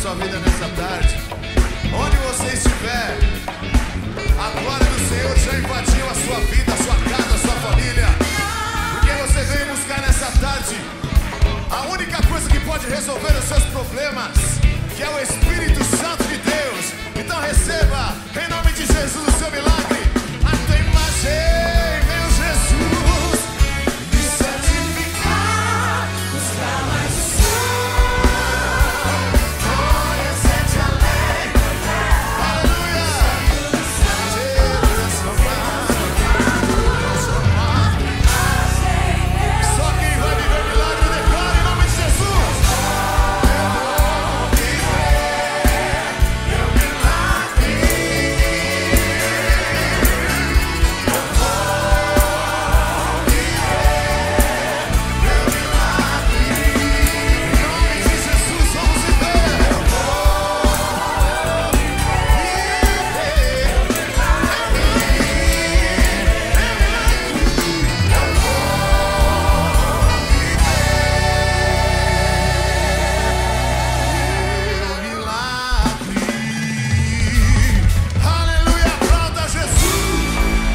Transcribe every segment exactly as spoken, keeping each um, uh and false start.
sua vida nessa tarde. Onde você estiver, a glória do Senhor já invadiu a sua vida, a sua casa, a sua família. Porque você veio buscar nessa tarde a única coisa que pode resolver os seus problemas, que é o Espírito Santo de Deus. Então receba, em nome de Jesus, o seu milagre. A tua imagem, meu Jesus, me santificar, buscar mais o Senhor, conhecer-te além. Aleluia. Só quem vai viver milagre declara em nome de Jesus. Eu vou viver meu milagre. Eu vou viver meu milagre. Em nome de Jesus, vamos viver. Eu vou viver meu milagre. Aleluia, aplauda Jesus.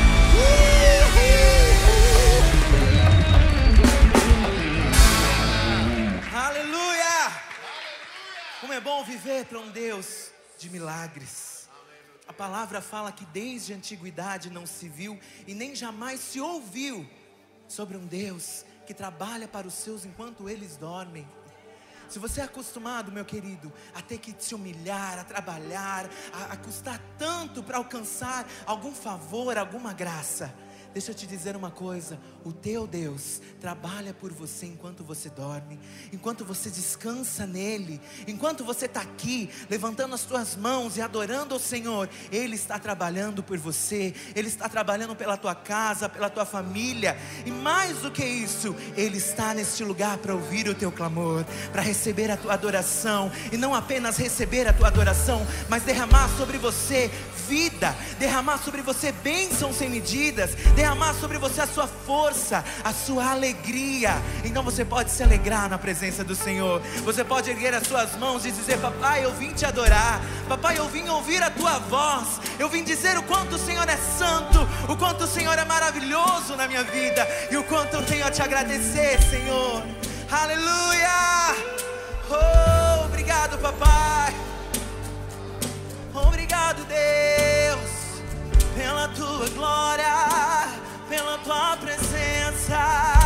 Aleluia! Como é bom viver para um Deus de milagres. A palavra fala que desde a antiguidade não se viu e nem jamais se ouviu sobre um Deus que trabalha para os seus enquanto eles dormem. Se você é acostumado, meu querido, a ter que se humilhar, a trabalhar, a, a custar tanto para alcançar algum favor, alguma graça, deixa eu te dizer uma coisa: o teu Deus trabalha por você enquanto você dorme, enquanto você descansa nele, enquanto você está aqui levantando as tuas mãos e adorando ao Senhor. Ele está trabalhando por você, Ele está trabalhando pela tua casa, pela tua família. E mais do que isso, Ele está neste lugar para ouvir o teu clamor, para receber a tua adoração. E não apenas receber a tua adoração, mas derramar sobre você vida, derramar sobre você bênçãos sem medidas, derramar sobre você a sua força, a sua alegria. Então você pode se alegrar na presença do Senhor. Você pode erguer as suas mãos e dizer: papai, eu vim te adorar. Papai, eu vim ouvir a tua voz. Eu vim dizer o quanto o Senhor é santo, o quanto o Senhor é maravilhoso na minha vida, e o quanto eu tenho a te agradecer, Senhor. Aleluia. Oh, obrigado, papai. Obrigado, Deus, pela tua glória, pela tua presença.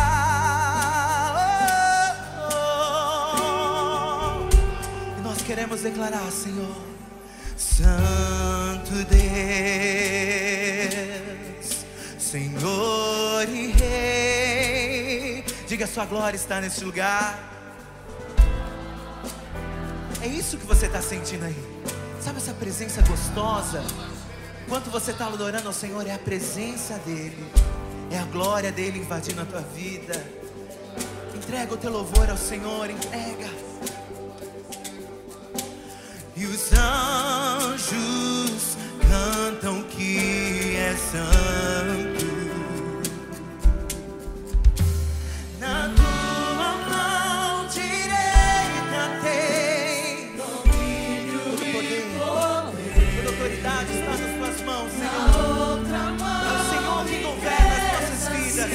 Oh, oh. E nós queremos declarar, Senhor: Santo Deus, Senhor e Rei. Diga: sua glória está neste lugar. É isso que você está sentindo aí? Sabe essa presença gostosa? Enquanto você está adorando ao Senhor, é a presença dEle, é a glória dEle invadindo a tua vida. Entrega o teu louvor ao Senhor, entrega. E os anjos cantam que é santo. Na tua mão direita tem domínio e poder. Toda autoridade está nas tuas mãos, Senhor. É o Senhor que governa as nossas vidas.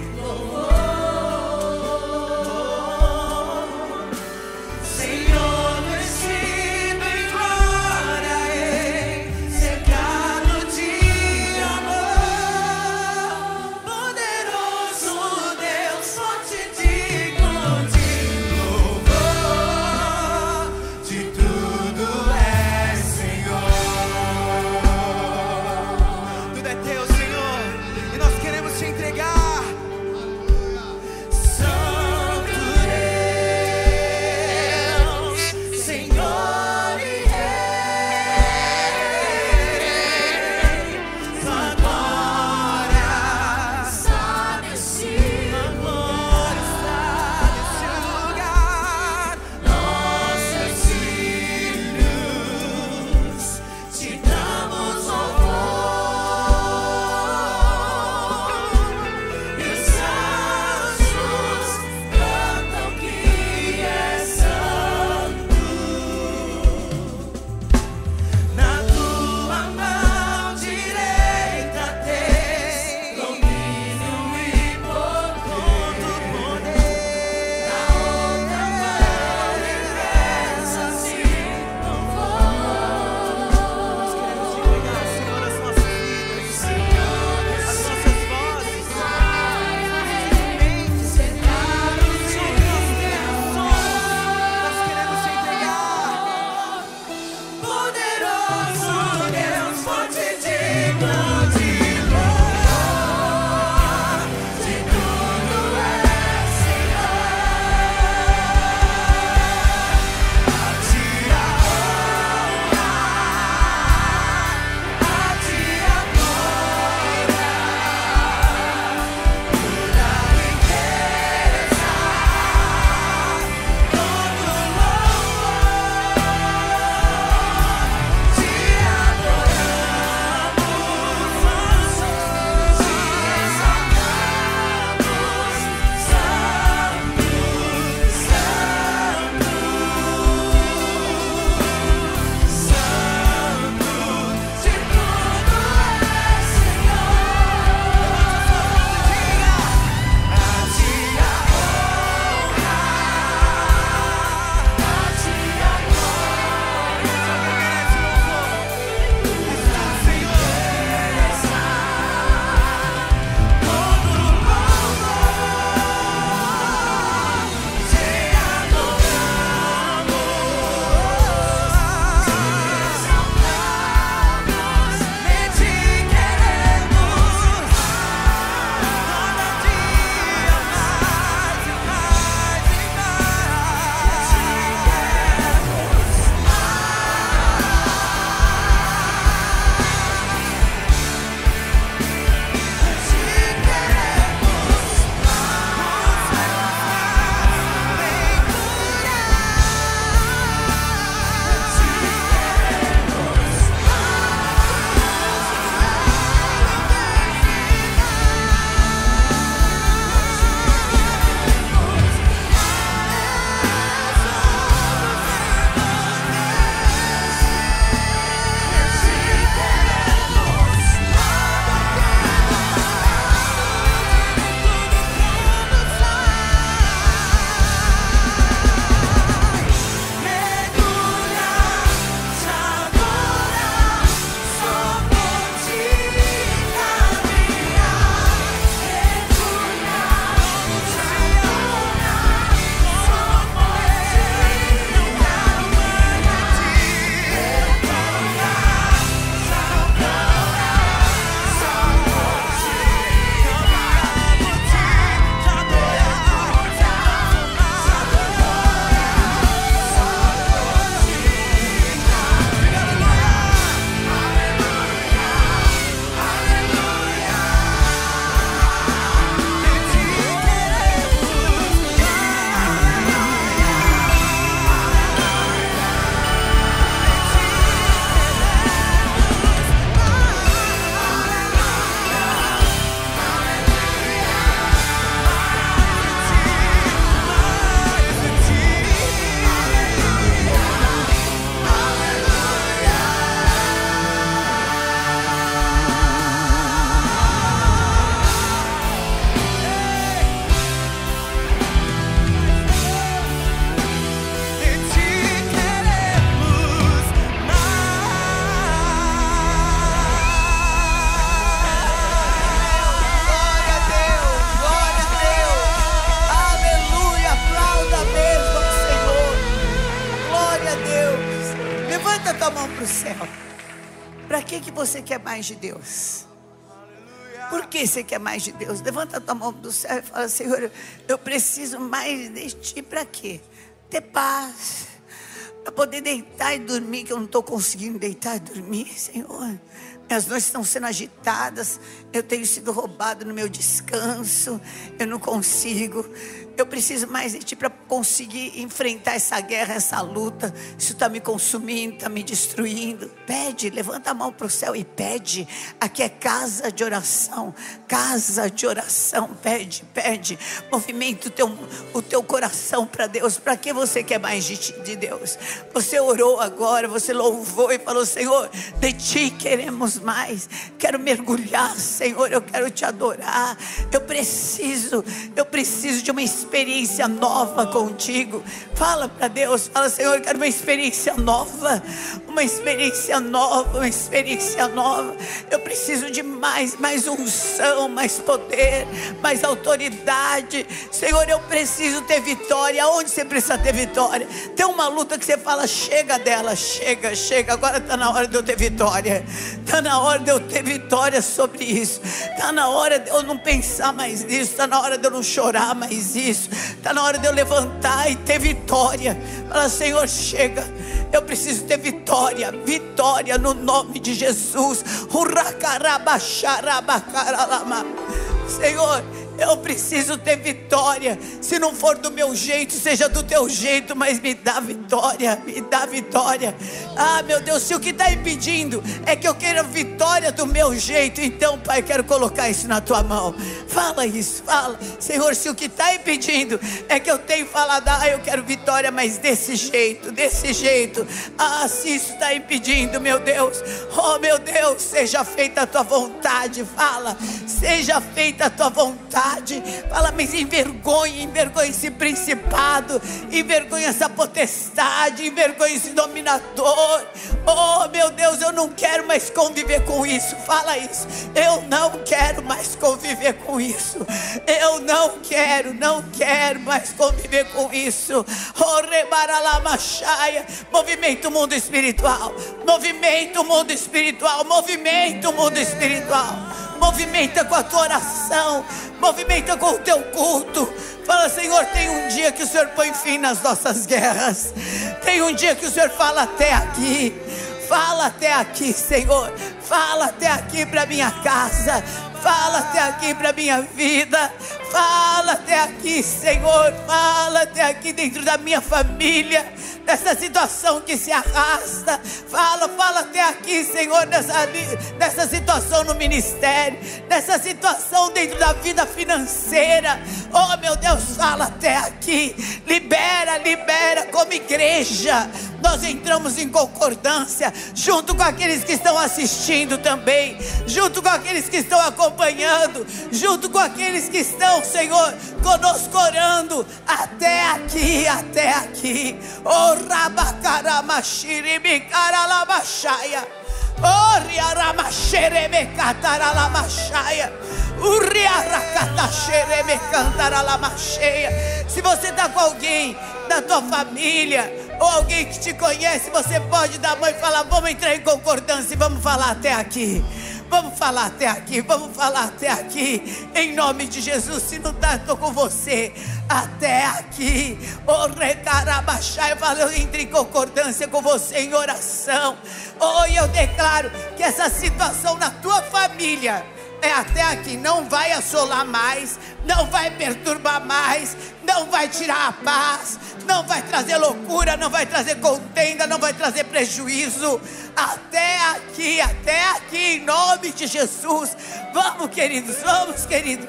Senhor, vestido em glória, cercado de amor. tua mão para o céu. Para que que você quer mais de Deus? Por que você quer mais de Deus? Levanta a tua mão do céu e fala: Senhor, eu preciso mais de ti. Para quê? Ter paz, para poder deitar e dormir, que eu não estou conseguindo deitar e dormir, Senhor. Minhas noites estão sendo agitadas, eu tenho sido roubado no meu descanso, eu não consigo. Eu preciso mais de ti para conseguir enfrentar essa guerra, essa luta. Isso está me consumindo, está me destruindo. Pede, levanta a mão para o céu e pede. Aqui é casa de oração, casa de oração. Pede, pede. Movimenta o teu, o teu coração para Deus. Para que você quer mais de, ti, de Deus? Você orou agora, você louvou e falou: Senhor, de ti queremos mais. Quero mergulhar, Senhor, eu quero te adorar. Eu preciso, eu preciso de uma experiência experiência nova contigo. Fala para Deus, fala: Senhor, eu quero uma experiência nova, uma experiência nova, uma experiência nova. Eu preciso de mais, mais unção, mais poder, mais autoridade. Senhor, eu preciso ter vitória. Onde você precisa ter vitória? Tem uma luta que você fala: chega dela, chega, chega, agora está na hora de eu ter vitória. Está na hora de eu ter vitória sobre isso. Está na hora de eu não pensar mais nisso. Está na hora de eu não chorar mais isso. Está na hora de eu levantar e ter vitória. Fala: Senhor, chega. Eu preciso ter vitória. Vitória no nome de Jesus. Senhor, eu preciso ter vitória. Se não for do meu jeito, seja do teu jeito, mas me dá vitória, me dá vitória. Ah, meu Deus, se o que está impedindo é que eu queira vitória do meu jeito, então, Pai, quero colocar isso na tua mão. Fala isso, fala: Senhor, se o que está impedindo é que eu tenho falado: ah, eu quero vitória, mas desse jeito, desse jeito. Ah, se isso está impedindo, meu Deus, oh meu Deus, seja feita a tua vontade. Fala: seja feita a tua vontade. Fala: mas envergonhe, envergonhe esse principado, envergonhe essa potestade, envergonhe esse dominador. Oh meu Deus, eu não quero mais conviver com isso. Fala isso: eu não quero mais conviver com isso. Eu não quero, não quero mais conviver com isso. Oh, rebaralamachaia. Movimenta o mundo espiritual, movimenta o mundo espiritual, movimenta o mundo espiritual. Movimenta com a tua oração, movimenta com o teu culto. Fala: Senhor, tem um dia que o Senhor põe fim nas nossas guerras. Tem um dia que o Senhor fala: até aqui. Fala até aqui, Senhor. Fala até aqui para minha casa. Fala até aqui para minha vida. Fala até aqui, Senhor. Fala até aqui dentro da minha família, dessa situação que se arrasta. Fala, fala até aqui, Senhor, nessa, nessa situação no ministério, nessa situação dentro da vida financeira. Oh meu Deus, fala até aqui. Libera, libera. Como igreja, nós entramos em concordância, junto com aqueles que estão assistindo também, junto com aqueles que estão acompanhando, junto com aqueles que estão, Senhor, conosco orando. Até aqui, até aqui. Oh, rabacaramachiribicaralabachaya. Oh, riaramachere-me-cataralamachaia. Se você está com alguém da tua família, ou alguém que te conhece, você pode dar a mão e falar: vamos entrar em concordância e vamos falar até aqui. Vamos falar até aqui, vamos falar até aqui, em nome de Jesus. Se não está, estou com você. Até aqui. Oh, recarabachai, eu falo: eu entro em concordância com você em oração. Oh, eu declaro que essa situação na tua família é até aqui. Não vai assolar mais, não vai perturbar mais, não vai tirar a paz, não vai trazer loucura, não vai trazer contenda, não vai trazer prejuízo. Até aqui, até aqui, em nome de Jesus. Vamos, queridos, vamos, queridos.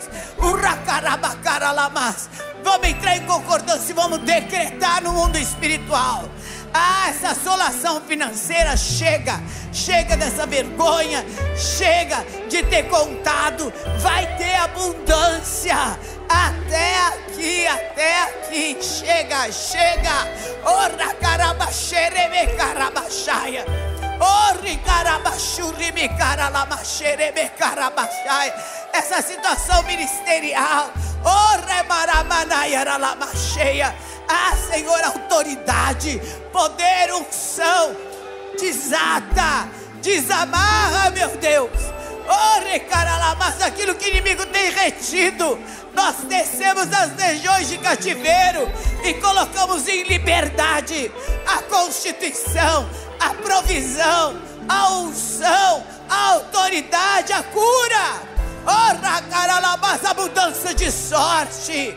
Vamos entrar em concordância e vamos decretar no mundo espiritual: ah, essa assolação financeira chega. Chega dessa vergonha. Chega de ter contado. Vai ter abundância. Até aqui, até aqui. Chega, chega. Ora carabaxereme carabaxaia. Ori carabachurime caralamaxereme carabaxaia. Essa situação ministerial. Ore maramanaya ralamacheia. Ah, Senhor, autoridade, poder, unção. desata, desamarra, meu Deus. Oh, recaralamas, aquilo que o inimigo tem retido, nós descemos as regiões de cativeiro e colocamos em liberdade a constituição, a provisão, a unção, a autoridade, a cura. Oh, recaralamas, a mudança de sorte.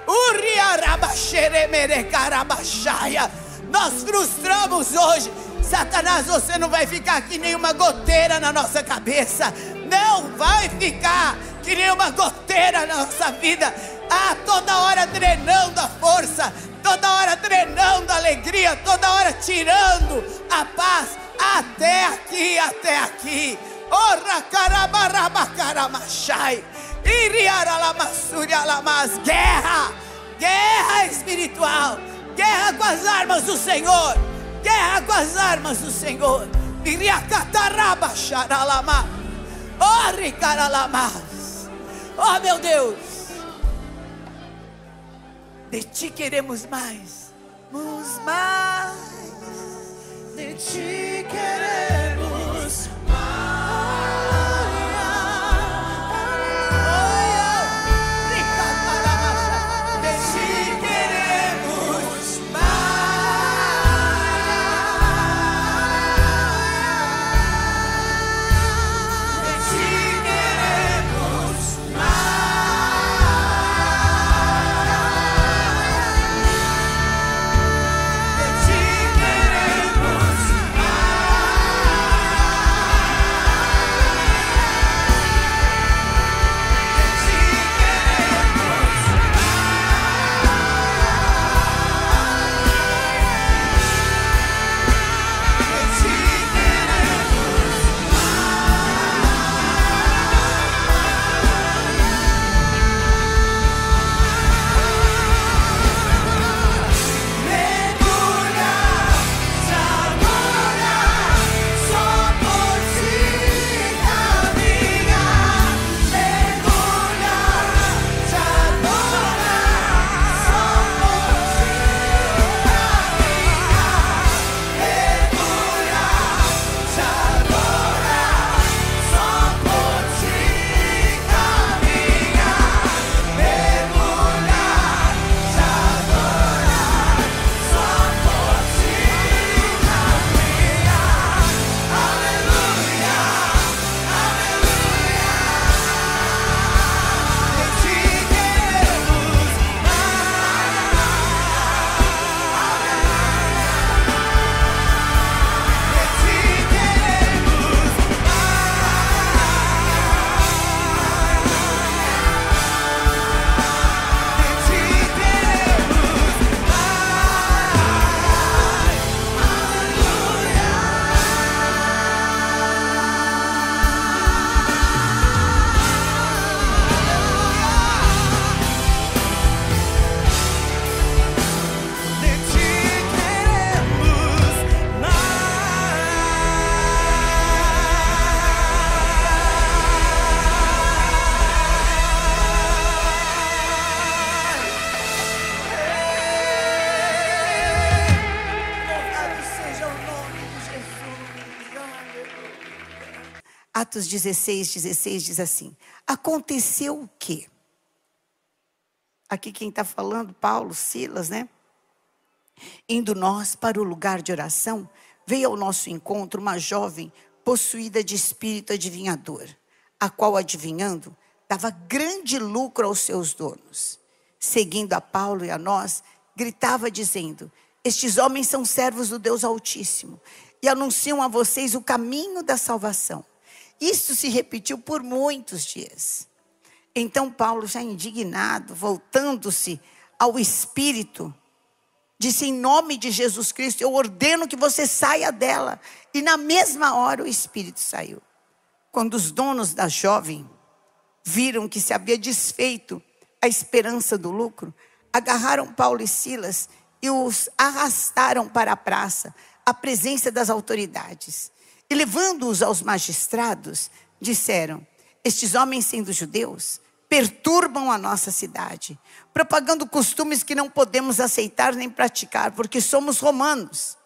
Nós frustramos hoje. Satanás, você não vai ficar que nenhuma goteira na nossa cabeça. Não vai ficar que nenhuma goteira na nossa vida. Ah, toda hora drenando a força, toda hora drenando a alegria, toda hora tirando a paz. Até aqui, até aqui. Ora carabarabacaramachai. Guerra, guerra espiritual, guerra com as armas do Senhor, guerra com as armas do Senhor. Oh, meu Deus, de ti queremos mais, mais, de ti queremos mais. Atos dezesseis, dezesseis diz assim: aconteceu o quê? Aqui quem está falando, Paulo, Silas, né? Indo nós para o lugar de oração, veio ao nosso encontro uma jovem possuída de espírito adivinhador, a qual, adivinhando, dava grande lucro aos seus donos. Seguindo a Paulo e a nós, gritava dizendo: estes homens são servos do Deus Altíssimo e anunciam a vocês o caminho da salvação. Isso se repetiu por muitos dias. Então Paulo, já indignado, voltando-se ao Espírito, disse: em nome de Jesus Cristo, eu ordeno que você saia dela. E na mesma hora o Espírito saiu. Quando os donos da jovem viram que se havia desfeito a esperança do lucro, agarraram Paulo e Silas e os arrastaram para a praça, à presença das autoridades. E levando-os aos magistrados, disseram: estes homens, sendo judeus, perturbam a nossa cidade, propagando costumes que não podemos aceitar nem praticar, porque somos romanos.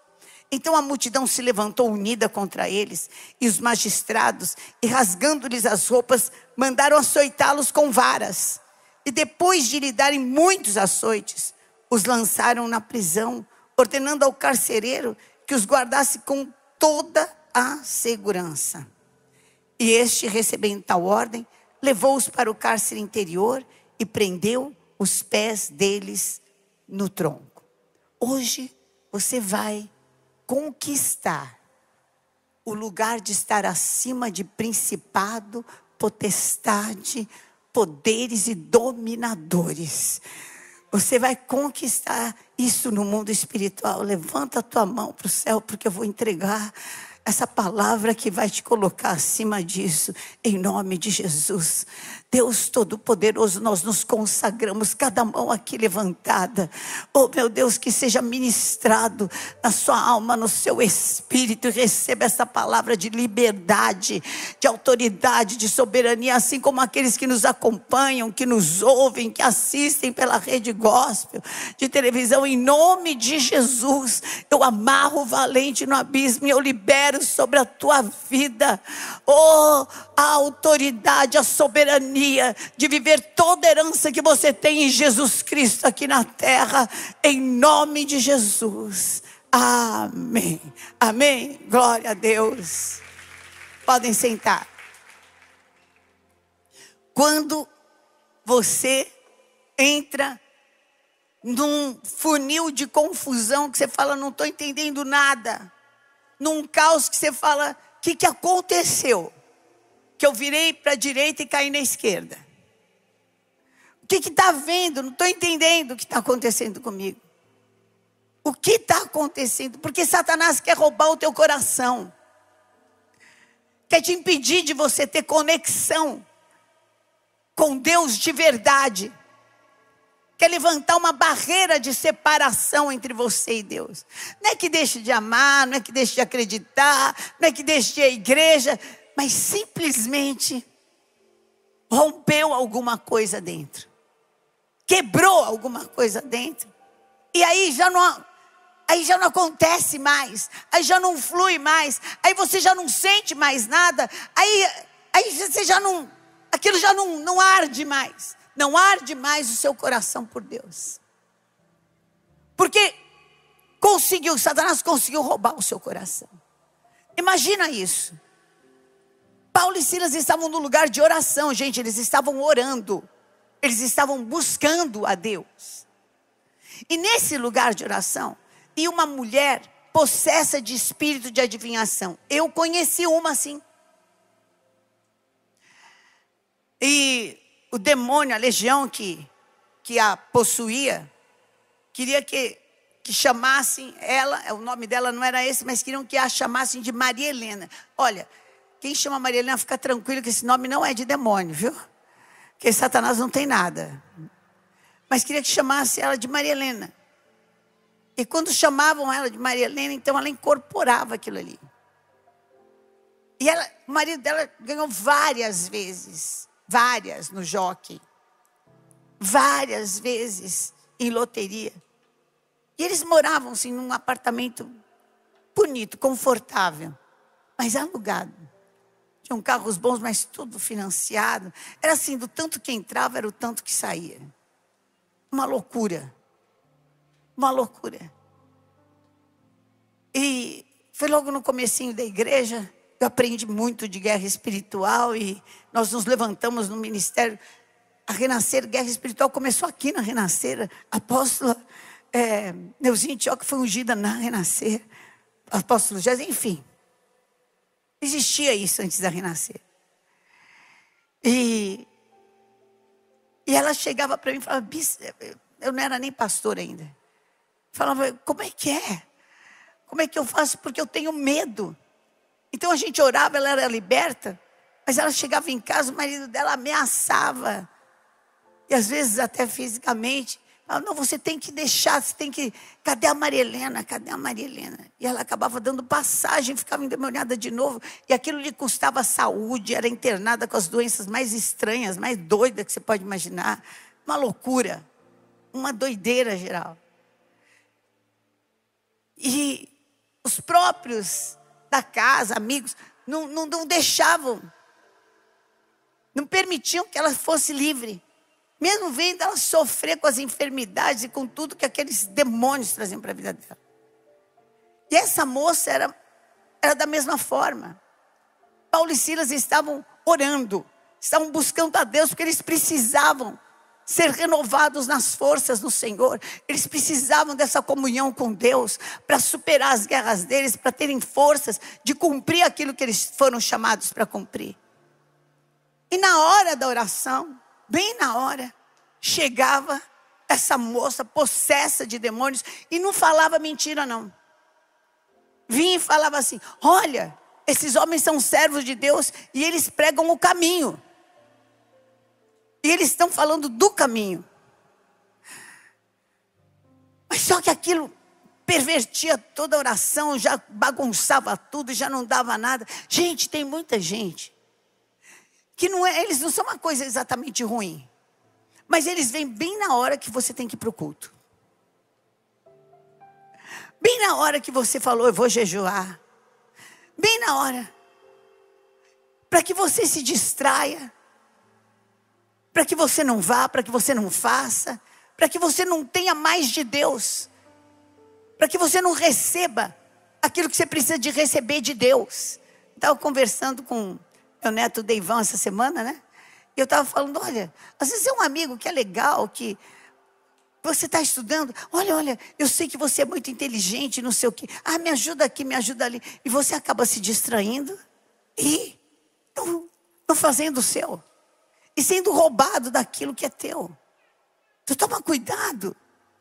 Então a multidão se levantou unida contra eles, e os magistrados, e rasgando-lhes as roupas, mandaram açoitá-los com varas. E depois de lhe darem muitos açoites, os lançaram na prisão, ordenando ao carcereiro que os guardasse com toda a segurança. E este, recebendo tal ordem, levou-os para o cárcere interior e prendeu os pés deles no tronco. Hoje você vai conquistar o lugar de estar acima de principado, potestade, poderes e dominadores. Você vai conquistar isso no mundo espiritual. Levanta a tua mão para o céu, porque eu vou entregar essa palavra que vai te colocar acima disso, em nome de Jesus. Deus Todo-Poderoso, nós nos consagramos, cada mão aqui levantada. Oh meu Deus, que seja ministrado na sua alma, no seu espírito, e receba essa palavra de liberdade, de autoridade, de soberania, assim como aqueles que nos acompanham, que nos ouvem, que assistem pela rede gospel, de televisão, em nome de Jesus. Eu amarro o valente no abismo e eu libero sobre a tua vida, oh, a autoridade, a soberania de viver toda a herança que você tem em Jesus Cristo aqui na terra, em nome de Jesus. Amém, amém, glória a Deus. Podem sentar. Quando você entra num funil de confusão, que você fala, não estou entendendo nada, num caos que você fala, o que, que aconteceu? Que eu virei para a direita e caí na esquerda. O que está vendo? Não estou entendendo o que está acontecendo comigo. O que está acontecendo? Porque Satanás quer roubar o teu coração. Quer te impedir de você ter conexão com Deus de verdade. Quer levantar uma barreira de separação entre você e Deus. Não é que deixe de amar, não é que deixe de acreditar, não é que deixe de ir à igreja, mas simplesmente rompeu alguma coisa dentro. Quebrou alguma coisa dentro. E aí já não, aí já não acontece mais. Aí já não flui mais. Aí você já não sente mais nada. Aí, aí você já não, aquilo já não, não arde mais. Não arde mais o seu coração por Deus. Porque conseguiu, Satanás conseguiu roubar o seu coração. Imagina isso. Paulo e Silas estavam no lugar de oração, gente, eles estavam orando, eles estavam buscando a Deus. E nesse lugar de oração, e uma mulher possessa de espírito de adivinhação. Eu conheci uma assim. E o demônio, a legião que, que a possuía, queria que, que chamassem ela, o nome dela não era esse, mas queriam que a chamassem de Maria Helena. Olha, quem chama Maria Helena, fica tranquilo que esse nome não é de demônio, viu? Porque Satanás não tem nada. Mas queria que chamasse ela de Maria Helena. E quando chamavam ela de Maria Helena, então ela incorporava aquilo ali. E ela, o marido dela ganhou várias vezes, várias no jockey. Várias vezes em loteria. E eles moravam assim num apartamento bonito, confortável, mas alugado. Tinham carros bons, mas tudo financiado. Era assim, do tanto que entrava, era o tanto que saía. Uma loucura. Uma loucura. E foi logo no comecinho da igreja, eu aprendi muito de guerra espiritual e nós nos levantamos no ministério. A Renascer, guerra espiritual, começou aqui na Renascer. A apóstola é, Neuzinha Tioca foi ungida na Renascer. Apóstolo Jesus, enfim. Existia isso antes da Renascer. E, e ela chegava para mim e falava, eu não era nem pastor ainda. Falava, como é que é? Como é que eu faço? Porque eu tenho medo. Então a gente orava, ela era liberta. Mas ela chegava em casa, o marido dela ameaçava. E às vezes até fisicamente. Falava, não, você tem que deixar, você tem que... Cadê a Maria Helena? Cadê a Maria Helena? E ela acabava dando passagem, ficava endemoniada de novo. E aquilo lhe custava saúde, era internada com as doenças mais estranhas, mais doidas que você pode imaginar. Uma loucura, uma doideira geral. E o os próprios da casa, amigos, não, não, não deixavam, não permitiam que ela fosse livre. Mesmo vendo ela sofrer com as enfermidades e com tudo que aqueles demônios traziam para a vida dela. E essa moça era, era da mesma forma. Paulo e Silas estavam orando, estavam buscando a Deus, porque eles precisavam ser renovados nas forças do Senhor. Eles precisavam dessa comunhão com Deus, para superar as guerras deles, para terem forças de cumprir aquilo que eles foram chamados para cumprir. E na hora da oração, bem na hora, chegava essa moça possessa de demônios e não falava mentira não. Vinha e falava assim: olha, esses homens são servos de Deus e eles pregam o caminho. E eles estão falando do caminho. Mas só que aquilo pervertia toda a oração, já bagunçava tudo, já não dava nada. Gente, tem muita gente que não é, eles não são uma coisa exatamente ruim, mas eles vêm bem na hora que você tem que ir para o culto. Bem na hora que você falou, eu vou jejuar. Bem na hora. Para que você se distraia. Para que você não vá, para que você não faça. Para que você não tenha mais de Deus. Para que você não receba aquilo que você precisa de receber de Deus. Estava conversando com meu neto Deivão essa semana, né? E eu estava falando, olha, às vezes é um amigo que é legal, que você está estudando. Olha, olha, eu sei que você é muito inteligente, não sei o quê. Ah, me ajuda aqui, me ajuda ali. E você acaba se distraindo e não, não fazendo o seu. E sendo roubado daquilo que é teu. Tu toma cuidado.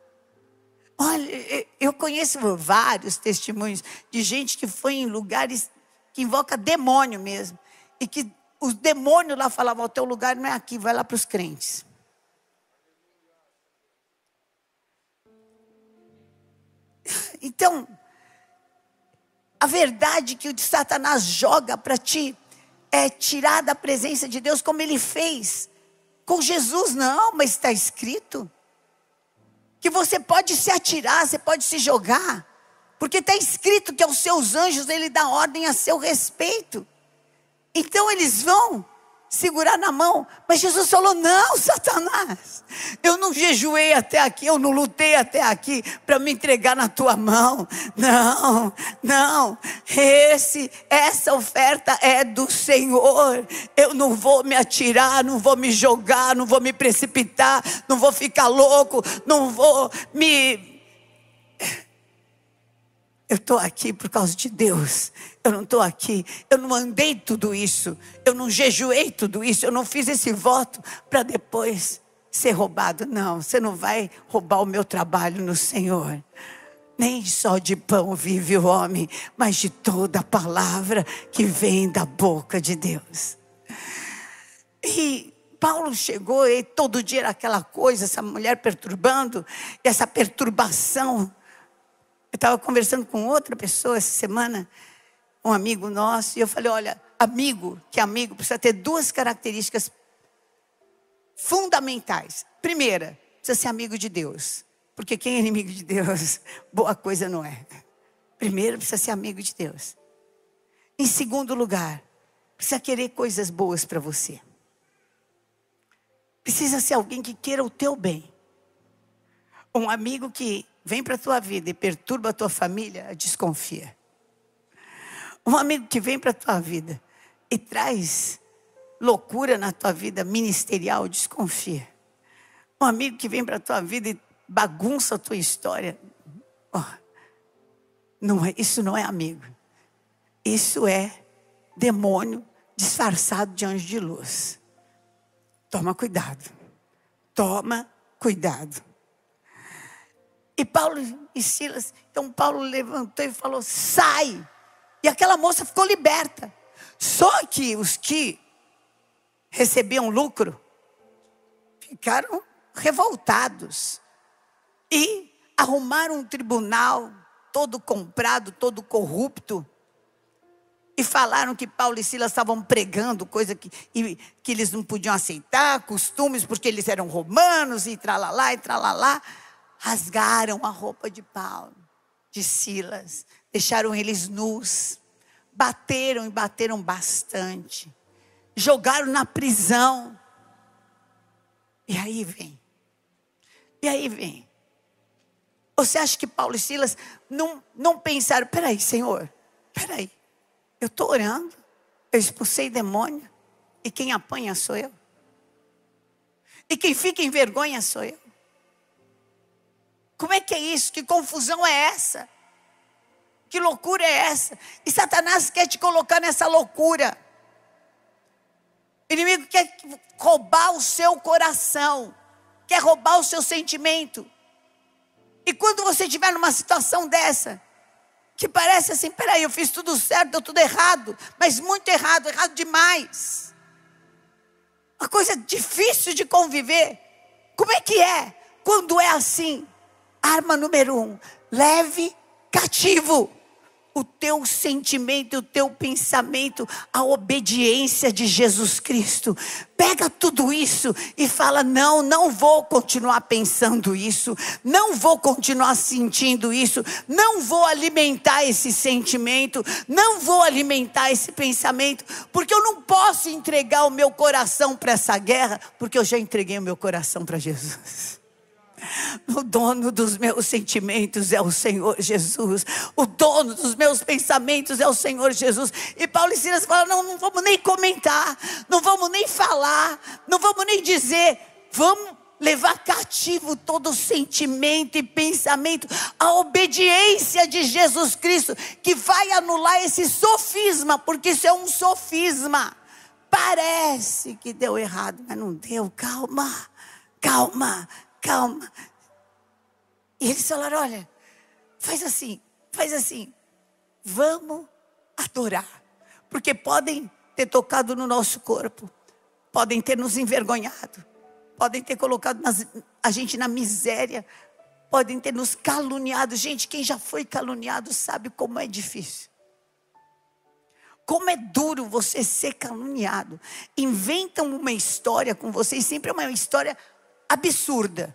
Olha, eu conheço vários testemunhos de gente que foi em lugares que invoca demônio mesmo. E que os demônios lá falavam, o teu lugar não é aqui, vai lá para os crentes. Então, a verdade que o Satanás joga para ti é tirar da presença de Deus, como ele fez com Jesus. Não, mas está escrito que você pode se atirar, você pode se jogar, porque está escrito que aos seus anjos ele dá ordem a seu respeito. Então eles vão segurar na mão. Mas Jesus falou, não, Satanás, eu não jejuei até aqui, eu não lutei até aqui para me entregar na tua mão. Não, não, esse, essa oferta é do Senhor. Eu não vou me atirar, não vou me jogar, não vou me precipitar, não vou ficar louco, não vou me... Eu estou aqui por causa de Deus. Eu não estou aqui, eu não andei tudo isso, eu não jejuei tudo isso, eu não fiz esse voto para depois ser roubado. Não, você não vai roubar o meu trabalho no Senhor. Nem só de pão vive o homem, mas de toda a palavra que vem da boca de Deus. E Paulo chegou e todo dia era aquela coisa, essa mulher perturbando, essa perturbação. Eu estava conversando com outra pessoa essa semana, um amigo nosso, e eu falei, olha, amigo, que amigo, precisa ter duas características fundamentais. Primeira, precisa ser amigo de Deus, porque quem é inimigo de Deus, boa coisa não é. Primeiro, precisa ser amigo de Deus. Em segundo lugar, precisa querer coisas boas para você. Precisa ser alguém que queira o teu bem. Um amigo que vem para a tua vida e perturba a tua família, desconfia. Um amigo que vem para a tua vida e traz loucura na tua vida ministerial, desconfia. Um amigo que vem para a tua vida e bagunça a tua história, oh, não é, isso não é amigo. Isso é demônio disfarçado de anjo de luz. Toma cuidado. Toma cuidado. E Paulo e Silas, então Paulo levantou e falou, sai. E aquela moça ficou liberta. Só que os que recebiam lucro ficaram revoltados. E arrumaram um tribunal todo comprado, todo corrupto. E falaram que Paulo e Silas estavam pregando coisa que, e, que eles não podiam aceitar, costumes, porque eles eram romanos, e tralalá, e tralalá. Rasgaram a roupa de Paulo. de Silas, deixaram eles nus, bateram e bateram bastante, jogaram na prisão. E aí vem, e aí vem. Você acha que Paulo e Silas não, não pensaram, peraí, Senhor, peraí, eu estou orando, eu expulsei demônio, e quem apanha sou eu, e quem fica em vergonha sou eu. Como é que é isso? Que confusão é essa? Que loucura é essa? E Satanás quer te colocar nessa loucura. O inimigo quer roubar o seu coração, quer roubar o seu sentimento. E quando você estiver numa situação dessa, que parece assim, peraí, eu fiz tudo certo, deu tudo errado, mas muito errado, errado demais. Uma coisa difícil de conviver. Como é que é quando é assim? Arma número um, leve cativo o teu sentimento, o teu pensamento, a obediência de Jesus Cristo. Pega tudo isso e fala, não, não vou continuar pensando isso, não vou continuar sentindo isso, não vou alimentar esse sentimento, não vou alimentar esse pensamento, porque eu não posso entregar o meu coração para essa guerra, porque eu já entreguei o meu coração para Jesus. O dono dos meus sentimentos é o Senhor Jesus. O dono dos meus pensamentos é o Senhor Jesus. E Paulo e Silas falam, não, não vamos nem comentar, não vamos nem falar, não vamos nem dizer, vamos levar cativo todo sentimento e pensamento, a obediência de Jesus Cristo, que vai anular esse sofisma, porque isso é um sofisma. Parece que deu errado, mas não deu. Calma, calma, calma. E eles falaram, olha, faz assim, faz assim, vamos adorar, porque podem ter tocado no nosso corpo, podem ter nos envergonhado, podem ter colocado nas, a gente na miséria, podem ter nos caluniado. Gente, quem já foi caluniado sabe como é difícil, como é duro você ser caluniado. Inventam uma história com você, e sempre é uma história absurda,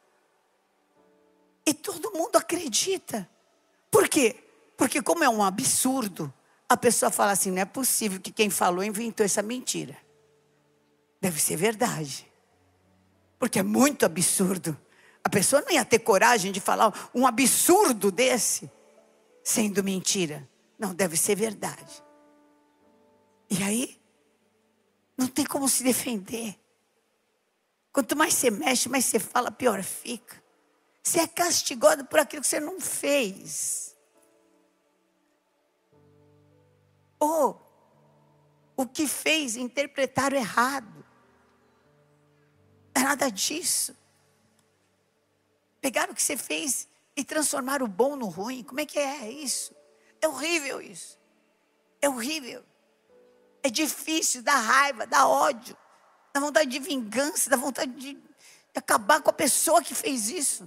e todo mundo acredita. Por quê? Porque como é um absurdo, a pessoa fala assim, não é possível que quem falou inventou essa mentira, deve ser verdade, porque é muito absurdo. A pessoa não ia ter coragem de falar um absurdo desse sendo mentira. Não, deve ser verdade. E aí não tem como se defender. Quanto mais você mexe, mais você fala, pior fica. Você é castigado por aquilo que você não fez. Ou o que fez, interpretaram errado. Não é nada disso. Pegaram o que você fez e transformaram o bom no ruim. Como é que é isso? É horrível isso. É horrível. É difícil, dá raiva, dá ódio, dá vontade de vingança, dá vontade de acabar com a pessoa que fez isso.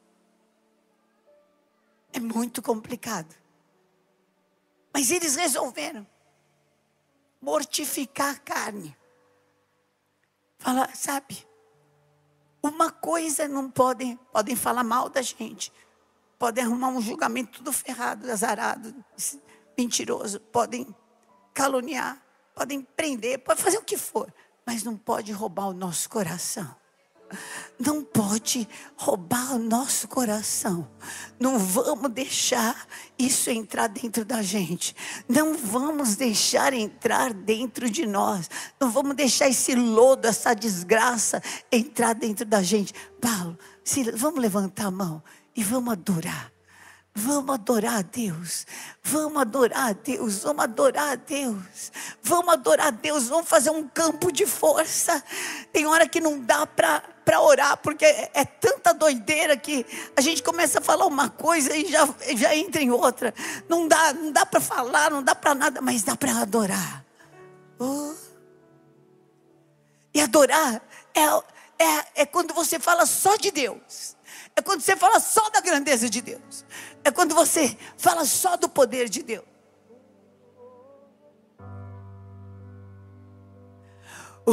É muito complicado. Mas eles resolveram mortificar a carne. Falar, sabe, uma coisa não podem, podem falar mal da gente, podem arrumar um julgamento tudo ferrado, azarado, mentiroso, podem caluniar, podem prender, podem fazer o que for, mas não pode roubar o nosso coração. Não pode roubar o nosso coração. Não vamos deixar isso entrar dentro da gente. Não vamos deixar entrar dentro de nós. Não vamos deixar esse lodo, essa desgraça entrar dentro da gente. Paulo, Silas, vamos levantar a mão e vamos adorar. Vamos adorar a Deus, vamos adorar a Deus, vamos adorar a Deus, vamos adorar a Deus, vamos fazer um campo de força. Tem hora que não dá para para orar, porque é, é tanta doideira que a gente começa a falar uma coisa e já, já entra em outra. Não dá, não dá para falar, não dá para nada, mas dá para adorar. Oh. E adorar é, é, é quando você fala só de Deus. É quando você fala só da grandeza de Deus. É quando você fala só do poder de Deus. Oh,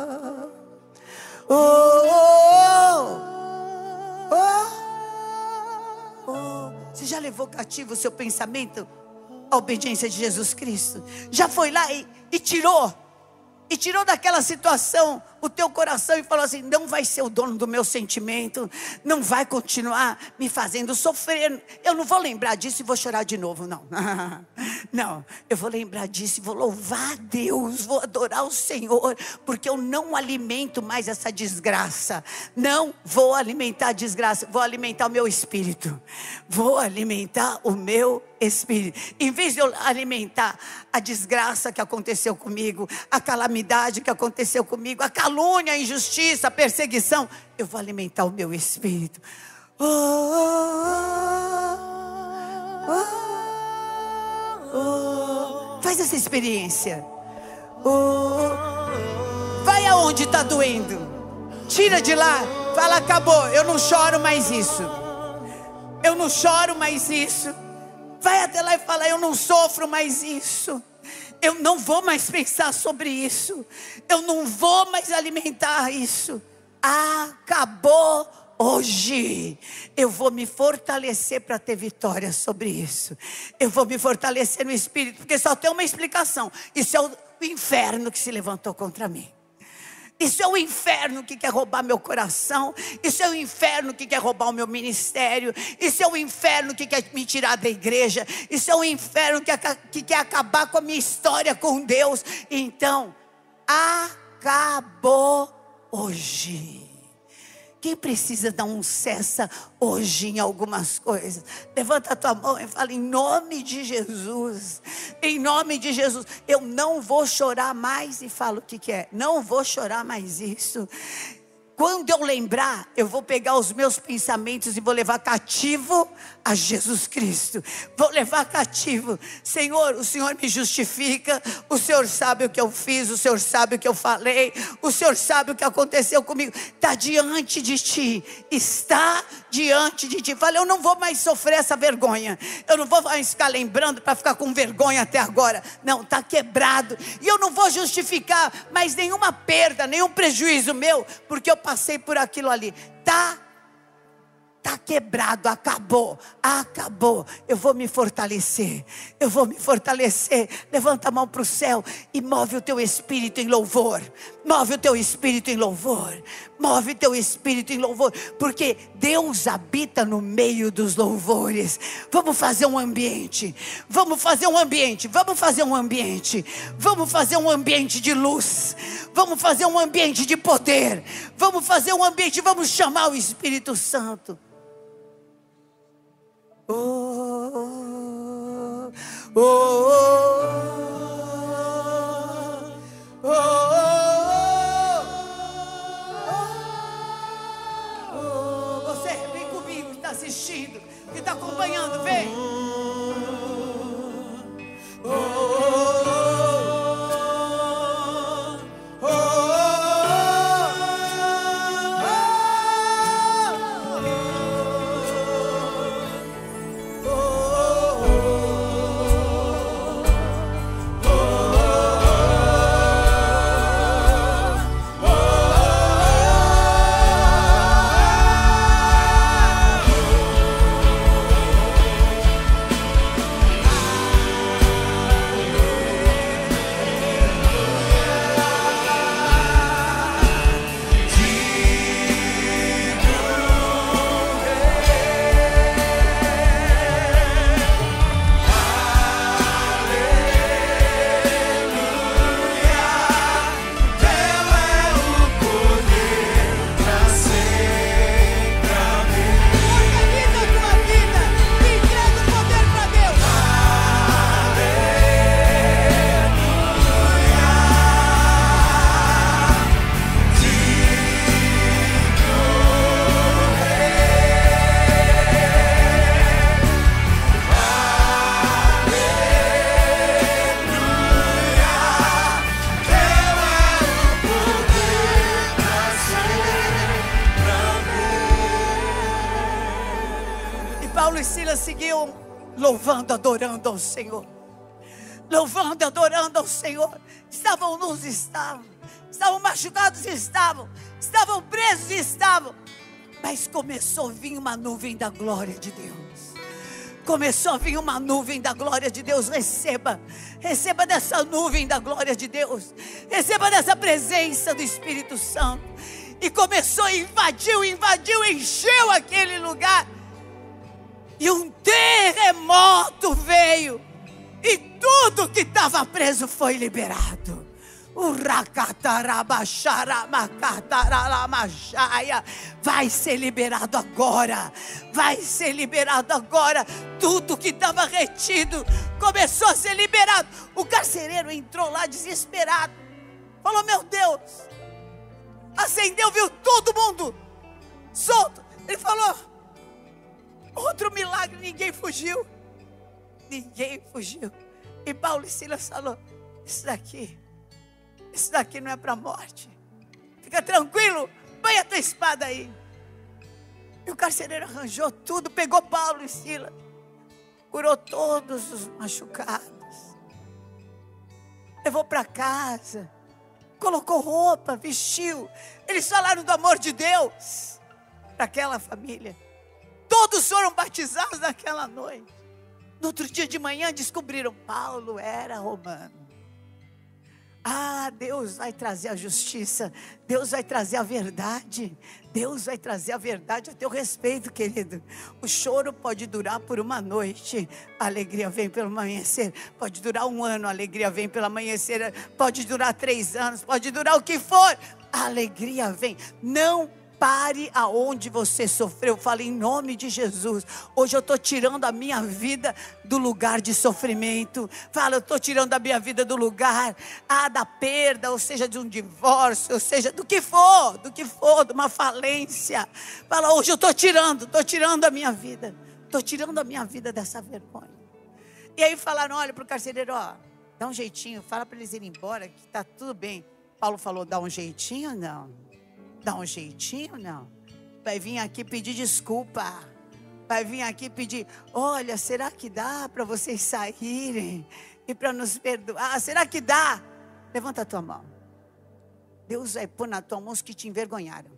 oh, oh, oh, Você já levou cativo o seu pensamento à obediência de Jesus Cristo? Já foi lá e, e tirou, e tirou daquela situação o teu coração e falou assim: não vai ser o dono do meu sentimento, não vai continuar me fazendo sofrer. Eu não vou lembrar disso e vou chorar de novo, não. Não, eu vou lembrar disso e vou louvar a Deus, vou adorar o Senhor, porque eu não alimento mais essa desgraça. Não vou alimentar a desgraça, vou alimentar o meu espírito. Vou alimentar o meu espírito. Em vez de eu alimentar a desgraça que aconteceu comigo, a calamidade que aconteceu comigo, a calúnia, a injustiça, a perseguição, eu vou alimentar o meu espírito. Oh, oh, oh. Oh, faz essa experiência. Oh, vai aonde está doendo. Tira de lá. Fala: acabou, eu não choro mais isso. Eu não choro mais isso. Vai até lá e fala: eu não sofro mais isso. Eu não vou mais pensar sobre isso. Eu não vou mais alimentar isso. Acabou. Hoje eu vou me fortalecer para ter vitória sobre isso. Eu vou me fortalecer no espírito, porque só tem uma explicação: isso é o inferno que se levantou contra mim. Isso é o inferno que quer roubar meu coração. Isso é o inferno que quer roubar o meu ministério. Isso é o inferno que quer me tirar da igreja. Isso é o inferno que, que quer acabar com a minha história com Deus. Então, acabou hoje. Quem precisa dar um cessa hoje em algumas coisas? Levanta a tua mão e fala: em nome de Jesus, em nome de Jesus, eu não vou chorar mais. E fala o que que é: não vou chorar mais isso. Quando eu lembrar, eu vou pegar os meus pensamentos e vou levar cativo a Jesus Cristo. Vou levar cativo. Senhor, o Senhor me justifica. O Senhor sabe o que eu fiz. O Senhor sabe o que eu falei. O Senhor sabe o que aconteceu comigo. Está diante de ti. Está diante de ti. Fala: eu não vou mais sofrer essa vergonha. Eu não vou mais ficar lembrando para ficar com vergonha até agora. Não, está quebrado. E eu não vou justificar mais nenhuma perda, nenhum prejuízo meu, porque eu passei por aquilo ali. Tá, tá quebrado, acabou, acabou. Eu vou me fortalecer, eu vou me fortalecer. Levanta a mão para o céu e move o teu espírito em louvor. Move o teu espírito em louvor. Move o teu espírito em louvor, porque Deus habita no meio dos louvores. Vamos fazer um ambiente. Vamos fazer um ambiente. Vamos fazer um ambiente. Vamos fazer um ambiente de luz. Vamos fazer um ambiente de poder. Vamos fazer um ambiente. Vamos chamar o Espírito Santo. Oh, oh, oh, oh, oh. Assistindo, que está acompanhando, vem. Oh, oh, oh, oh, Paulo e Silas seguiam louvando, adorando ao Senhor. Louvando, adorando ao Senhor. Estavam nus, estavam. Estavam machucados, estavam. Estavam presos, estavam. Mas começou a vir uma nuvem da glória de Deus. Começou a vir uma nuvem da glória de Deus. Receba, receba dessa nuvem da glória de Deus. Receba dessa presença do Espírito Santo. E começou, invadiu, invadiu, encheu aquele lugar. E um terremoto veio. E tudo que estava preso foi liberado. Vai ser liberado agora. Vai ser liberado agora. Tudo que estava retido começou a ser liberado. O carcereiro entrou lá desesperado. Falou: meu Deus. Acendeu, viu todo mundo solto. Ele falou: outro milagre, ninguém fugiu. Ninguém fugiu. E Paulo e Silas falou: isso daqui Isso daqui não é para a morte. Fica tranquilo, põe a tua espada aí. E o carcereiro arranjou tudo, pegou Paulo e Silas, curou todos os machucados, levou para casa, colocou roupa, vestiu. Eles falaram do amor de Deus para aquela família. Todos foram batizados naquela noite. No outro dia de manhã descobriram: Paulo era romano. Ah, Deus vai trazer a justiça. Deus vai trazer a verdade. Deus vai trazer a verdade a teu respeito, querido. O choro pode durar por uma noite, a alegria vem pelo amanhecer. Pode durar um ano, a alegria vem pelo amanhecer. Pode durar três anos, pode durar o que for, a alegria vem. Não pare aonde você sofreu. Fale em nome de Jesus. Hoje eu estou tirando a minha vida do lugar de sofrimento. Fala: eu estou tirando a minha vida do lugar ah, da perda, ou seja, de um divórcio, ou seja, do que for, do que for, de uma falência. Fala: hoje eu estou tirando, estou tirando a minha vida. Estou tirando a minha vida dessa vergonha. E aí falaram: olha para o carcereiro, ó, dá um jeitinho, fala para eles irem embora, que está tudo bem. Paulo falou: dá um jeitinho? Não. Dá um jeitinho? Não. Vai vir aqui pedir desculpa. Vai vir aqui pedir: olha, será que dá para vocês saírem e para nos perdoar? Será que dá? Levanta a tua mão. Deus vai pôr na tua mão os que te envergonharam.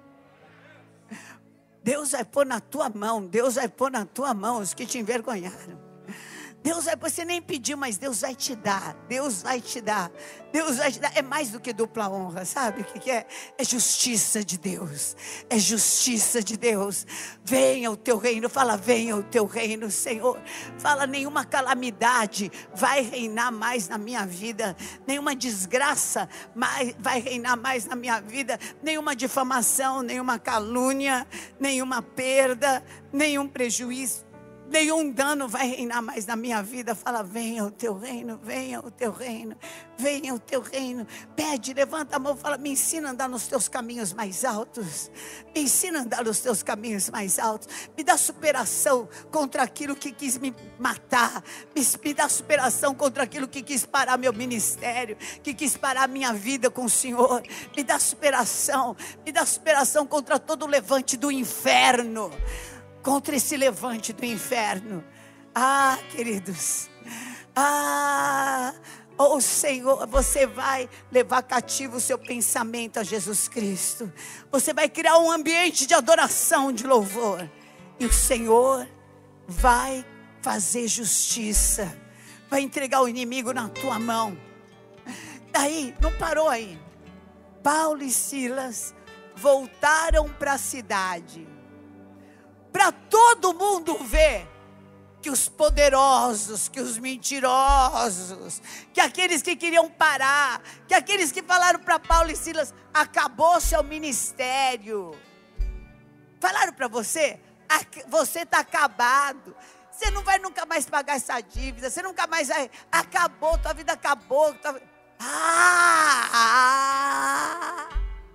Deus vai pôr na tua mão. Deus vai pôr na tua mão os que te envergonharam. Deus vai, você nem pediu, mas Deus vai te dar. Deus vai te dar. Deus vai te dar. É mais do que dupla honra, sabe o que, que é? É justiça de Deus. É justiça de Deus. Venha o teu reino. Fala: venha o teu reino, Senhor. Fala: nenhuma calamidade vai reinar mais na minha vida. Nenhuma desgraça mais, vai reinar mais na minha vida. Nenhuma difamação, nenhuma calúnia, nenhuma perda, nenhum prejuízo. Nenhum dano vai reinar mais na minha vida. Fala: venha o teu reino, venha o teu reino, venha o teu reino. Pede, levanta a mão, fala: me ensina a andar nos teus caminhos mais altos. Me ensina a andar nos teus caminhos mais altos. Me dá superação contra aquilo que quis me matar. Me, me dá superação contra aquilo que quis parar meu ministério, que quis parar minha vida com o Senhor. Me dá superação, me dá superação contra todo o levante do inferno. Contra esse levante do inferno. Ah, queridos. Ah, oh Senhor, você vai levar cativo o seu pensamento a Jesus Cristo. Você vai criar um ambiente de adoração, de louvor. E o Senhor vai fazer justiça. Vai entregar o inimigo na tua mão. Daí, não parou aí. Paulo e Silas voltaram para a cidade. Para todo mundo ver que os poderosos, que os mentirosos, que aqueles que queriam parar, que aqueles que falaram para Paulo e Silas: acabou seu ministério. Falaram para você: você está acabado. Você não vai nunca mais pagar essa dívida. Você nunca mais vai. Acabou, tua vida acabou. Tua... Ah! Ah!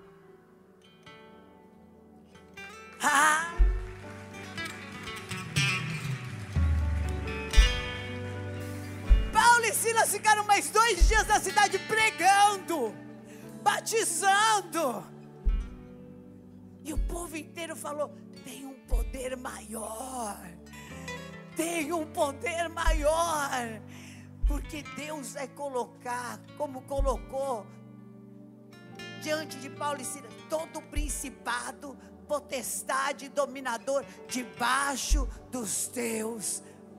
Ah! Paulo e Silas ficaram mais dois dias na cidade pregando, batizando. E o povo inteiro falou: tem um poder maior. Tem um poder maior. Porque Deus vai colocar, como colocou diante de Paulo e Silas, todo o principado, potestade, dominador debaixo dos teus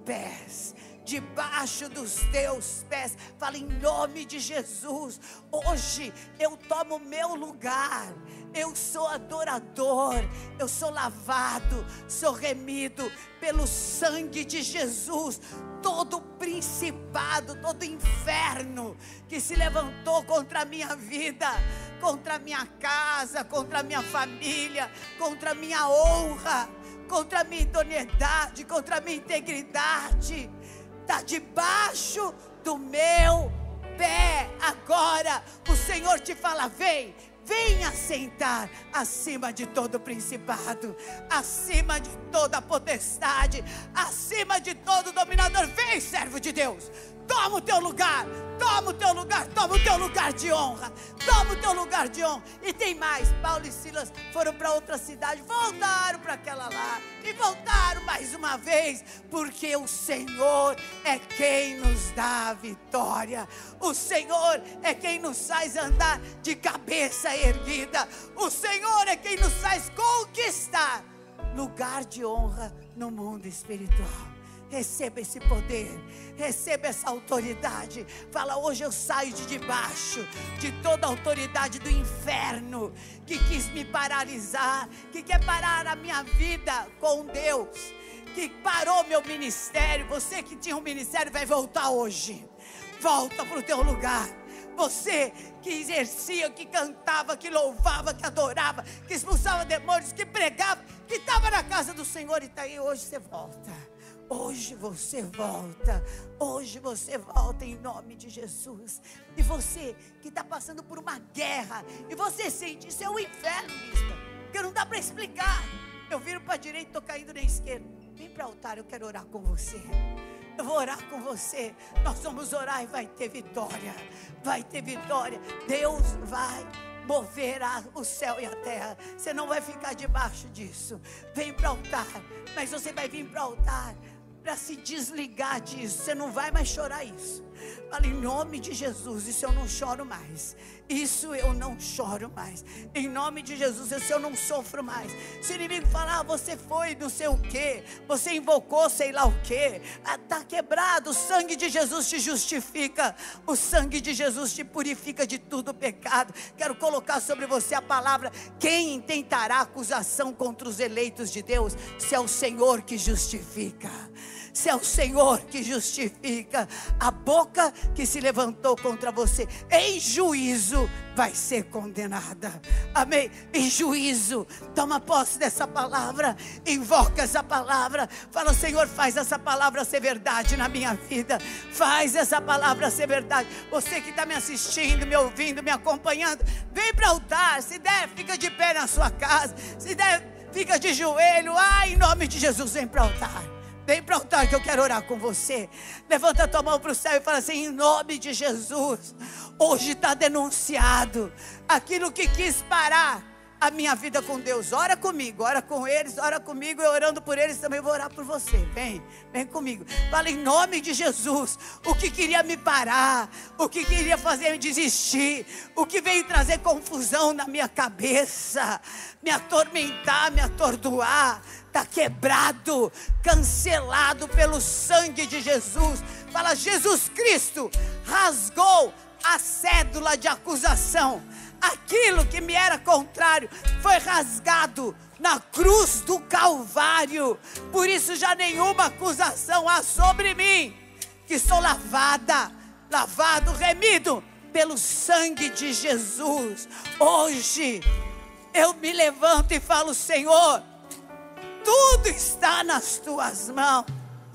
pés. Debaixo dos teus pés. Fala em nome de Jesus. Hoje eu tomo meu lugar. Eu sou adorador. Eu sou lavado, sou remido pelo sangue de Jesus. Todo principado, todo inferno que se levantou contra a minha vida, contra a minha casa, contra a minha família, contra a minha honra, contra a minha idoneidade, contra a minha integridade, está debaixo do meu pé. Agora o Senhor te fala: vem, vem assentar acima de todo principado, acima de toda potestade, acima de todo dominador. Vem, servo de Deus, toma o teu lugar, toma o teu lugar, toma o teu lugar de honra, toma o teu lugar de honra. E tem mais, Paulo e Silas foram para outra cidade, voltaram para aquela lá, e voltaram mais uma vez, porque o Senhor é quem nos dá a vitória, o Senhor é quem nos faz andar de cabeça erguida, o Senhor é quem nos faz conquistar lugar de honra no mundo espiritual. Receba esse poder, receba essa autoridade. Fala: hoje eu saio de debaixo de toda a autoridade do inferno que quis me paralisar, que quer parar a minha vida com Deus, que parou meu ministério. Você que tinha um ministério vai voltar hoje. Volta para o teu lugar. Você que exercia, que cantava, que louvava, que adorava, que expulsava demônios, que pregava, que estava na casa do Senhor e está aí, hoje você volta. Hoje você volta, hoje você volta em nome de Jesus. E você que está passando por uma guerra, e você sente, isso é o inferno, bispa, porque não dá para explicar. Eu viro para a direita e estou caindo na esquerda. Vem para o altar, eu quero orar com você. Eu vou orar com você. Nós vamos orar e vai ter vitória. Vai ter vitória. Deus vai mover a, o céu e a terra. Você não vai ficar debaixo disso. Vem para o altar, mas você vai vir para o altar para se desligar disso. Você não vai mais chorar isso. Fala: em nome de Jesus, isso eu não choro mais. Isso eu não choro mais. Em nome de Jesus, isso eu não sofro mais. Se o inimigo falar: ah, você foi não sei o que, você invocou sei lá o que, está quebrado. O sangue de Jesus te justifica. O sangue de Jesus te purifica de todo pecado. Quero colocar sobre você a palavra: quem intentará acusação contra os eleitos de Deus, se é o Senhor que justifica. Se é o Senhor que justifica. A boca que se levantou contra você em juízo vai ser condenada. Amém? Em juízo. Toma posse dessa palavra. Invoca essa palavra. Fala: Senhor, faz essa palavra ser verdade na minha vida. Faz essa palavra ser verdade. Você que está me assistindo, me ouvindo, me acompanhando, vem para o altar. Se der, fica de pé na sua casa. Se der, fica de joelho. Ah, em nome de Jesus, vem para o altar. Vem para o altar que eu quero orar com você. Levanta a tua mão para o céu e fala assim: em nome de Jesus, hoje está denunciado aquilo que quis parar a minha vida com Deus. Ora comigo, ora com eles, ora comigo. Eu orando por eles também vou orar por você. Vem, vem comigo. Fala: em nome de Jesus, o que queria me parar, o que queria fazer me desistir, o que veio trazer confusão na minha cabeça, me atormentar, me atordoar, está quebrado, cancelado pelo sangue de Jesus. Fala: Jesus Cristo rasgou a cédula de acusação. Aquilo que me era contrário foi rasgado na cruz do Calvário. Por isso já nenhuma acusação há sobre mim, que sou lavada, lavado, remido pelo sangue de Jesus. Hoje eu me levanto e falo: Senhor, tudo está nas tuas mãos.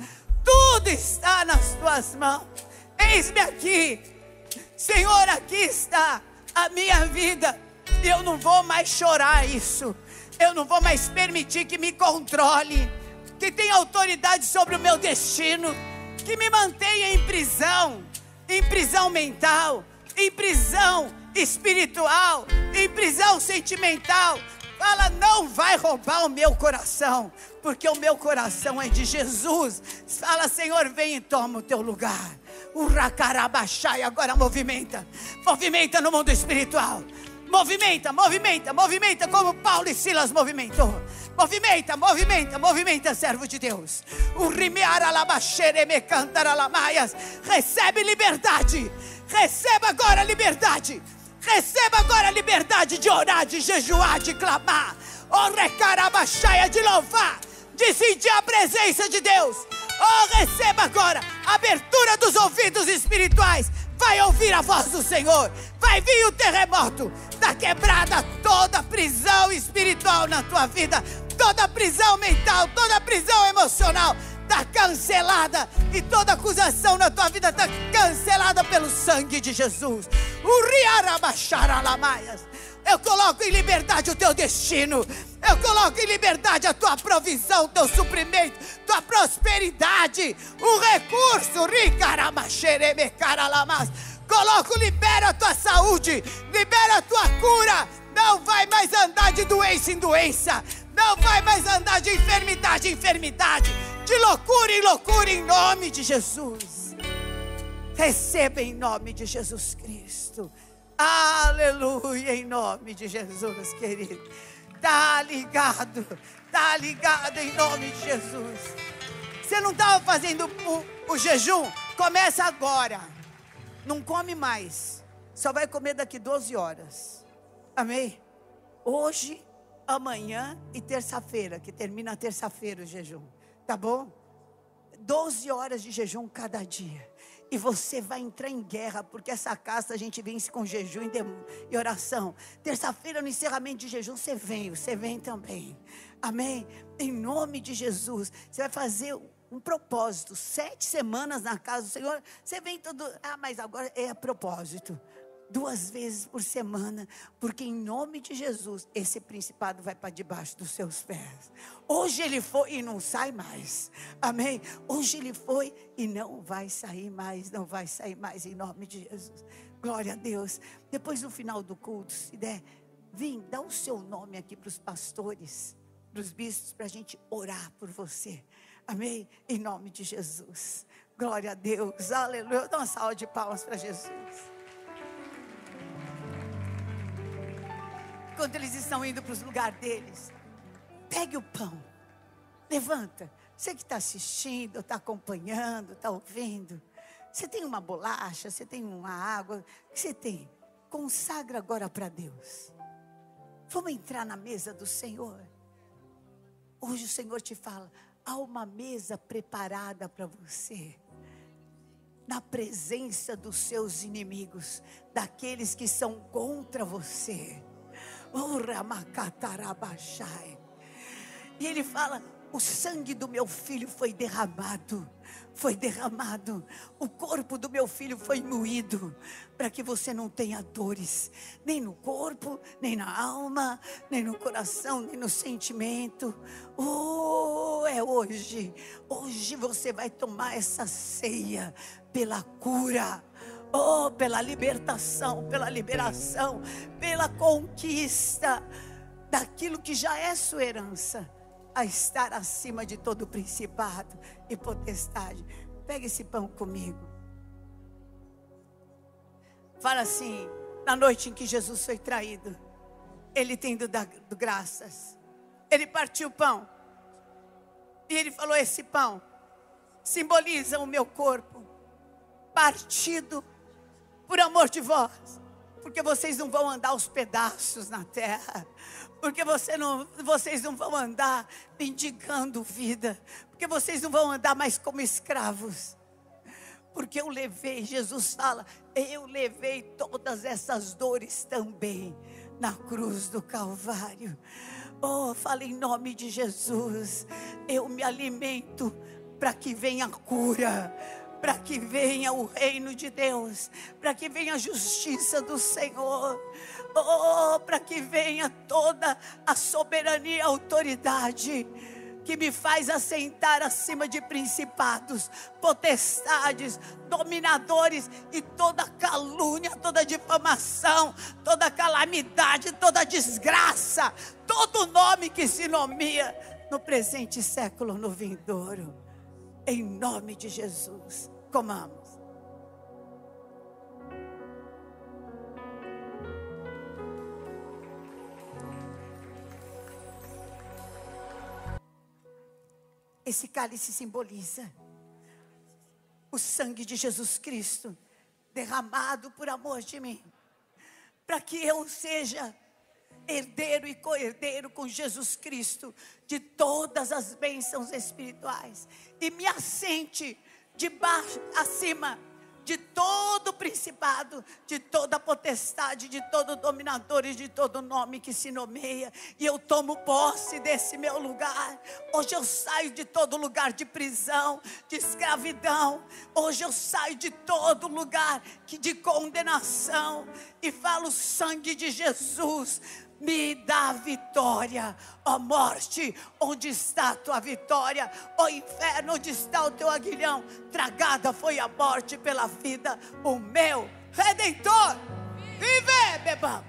Tudo está nas tuas mãos. Eis-me aqui, Senhor, aqui está a minha vida. E eu não vou mais chorar isso. Eu não vou mais permitir que me controle, que tenha autoridade sobre o meu destino, que me mantenha em prisão, em prisão mental, em prisão espiritual, em prisão sentimental. Fala: não vai roubar o meu coração, porque o meu coração é de Jesus. Fala: Senhor, vem e toma o teu lugar. O racarabachai agora movimenta, movimenta no mundo espiritual. Movimenta, movimenta, movimenta como Paulo e Silas movimentou. Movimenta, movimenta, movimenta, servo de Deus. O rimeara labaxere me cantara lamaias. Recebe liberdade. Receba agora liberdade. Receba agora liberdade de orar, de jejuar, de clamar. Oh, recarabaxaia, de louvar, de sentir a presença de Deus. Oh, receba agora abertura dos ouvidos espirituais. Vai ouvir a voz do Senhor. Vai vir o terremoto. Está quebrada toda prisão espiritual na tua vida. Toda prisão mental, toda prisão emocional está cancelada. E toda acusação na tua vida está cancelada pelo sangue de Jesus. Eu coloco em liberdade o teu destino. Eu coloco em liberdade a tua provisão, o teu suprimento, tua prosperidade, o recurso. Coloco, libera a tua saúde, libera a tua cura. Não vai mais andar de doença em doença. Não vai mais andar de enfermidade em enfermidade, de loucura em loucura, em nome de Jesus. Receba em nome de Jesus Cristo. Aleluia, em nome de Jesus, querido. Tá ligado, tá ligado em nome de Jesus. Você não estava fazendo o, o jejum? Começa agora. Não come mais. Só vai comer daqui doze horas. Amém? Hoje, amanhã e terça-feira, que termina terça-feira o jejum. Tá bom? doze horas de jejum cada dia. E você vai entrar em guerra, porque essa casa a gente vence com jejum e, dem- e oração. Terça-feira, no encerramento de jejum, você vem, você vem também. Amém? Em nome de Jesus. Você vai fazer um propósito. Sete semanas na casa do Senhor. Você vem todo... Ah, mas agora é a propósito. Duas vezes por semana, porque em nome de Jesus, esse principado vai para debaixo dos seus pés. Hoje ele foi e não sai mais, amém? Hoje ele foi e não vai sair mais, não vai sair mais em nome de Jesus. Glória a Deus. Depois no final do culto, se der, vem, dá o seu nome aqui para os pastores, para os bispos, para a gente orar por você, amém? Em nome de Jesus. Glória a Deus, aleluia. Dá uma salva de palmas para Jesus. Quando eles estão indo para os lugares deles, pegue o pão, levanta. Você que está assistindo, está acompanhando, está ouvindo. Você tem uma bolacha, você tem uma água, o que você tem? Consagra agora para Deus. Vamos entrar na mesa do Senhor. Hoje o Senhor te fala, há uma mesa preparada para você. Na presença dos seus inimigos, daqueles que são contra você. E ele fala, o sangue do meu filho foi derramado, foi derramado, o corpo do meu filho foi moído, para que você não tenha dores, nem no corpo, nem na alma, nem no coração, nem no sentimento. Oh, é hoje, hoje você vai tomar essa ceia pela cura. Oh, pela libertação, pela liberação, pela conquista daquilo que já é sua herança, a estar acima de todo principado e potestade. Pega esse pão comigo. Fala assim, na noite em que Jesus foi traído, ele tendo dado graças, ele partiu o pão, e ele falou, esse pão simboliza o meu corpo, partido por amor de vós, porque vocês não vão andar aos pedaços na terra, porque você não, vocês não vão andar mendigando vida, porque vocês não vão andar mais como escravos, porque eu levei, Jesus fala, eu levei todas essas dores também na cruz do Calvário. Oh, fala em nome de Jesus, eu me alimento para que venha a cura, para que venha o reino de Deus, para que venha a justiça do Senhor, oh, para que venha toda a soberania e a autoridade que me faz assentar acima de principados, potestades, dominadores e toda calúnia, toda difamação, toda calamidade, toda desgraça, todo nome que se nomeia no presente século, no vindouro. Em nome de Jesus, comamos. Esse cálice simboliza o sangue de Jesus Cristo derramado por amor de mim, para que eu seja herdeiro e co-herdeiro com Jesus Cristo de todas as bênçãos espirituais, e me assente debaixo, acima de todo principado, de toda potestade, de todo dominador e de todo nome que se nomeia. E eu tomo posse desse meu lugar. Hoje eu saio de todo lugar de prisão, de escravidão. Hoje eu saio de todo lugar de condenação e falo: sangue de Jesus me dá vitória. Ó morte, onde está a tua vitória? Ó inferno, onde está o teu aguilhão? Tragada foi a morte pela vida, o meu Redentor vive, bebam.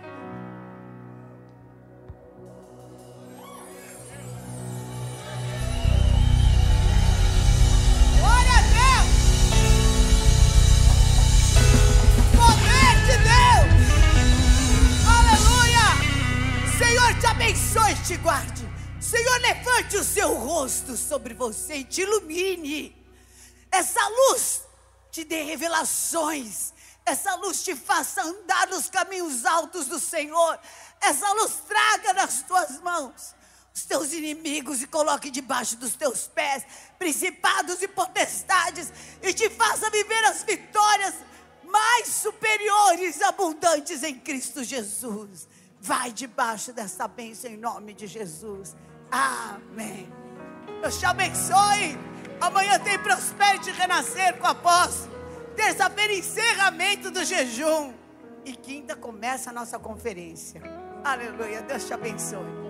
Glória a Deus. Poder de Deus. Senhor te abençoe e te guarde. Senhor, levante o seu rosto sobre você e te ilumine. Essa luz te dê revelações. Essa luz te faça andar nos caminhos altos do Senhor. Essa luz traga nas tuas mãos os teus inimigos e coloque debaixo dos teus pés principados e potestades, e te faça viver as vitórias mais superiores, abundantes em Cristo Jesus. Vai debaixo dessa bênção em nome de Jesus. Amém. Deus te abençoe. Amanhã tem Prospere e Renascer com o apóstolo. Terça-feira, encerramento do jejum. E quinta começa a nossa conferência. Aleluia. Deus te abençoe.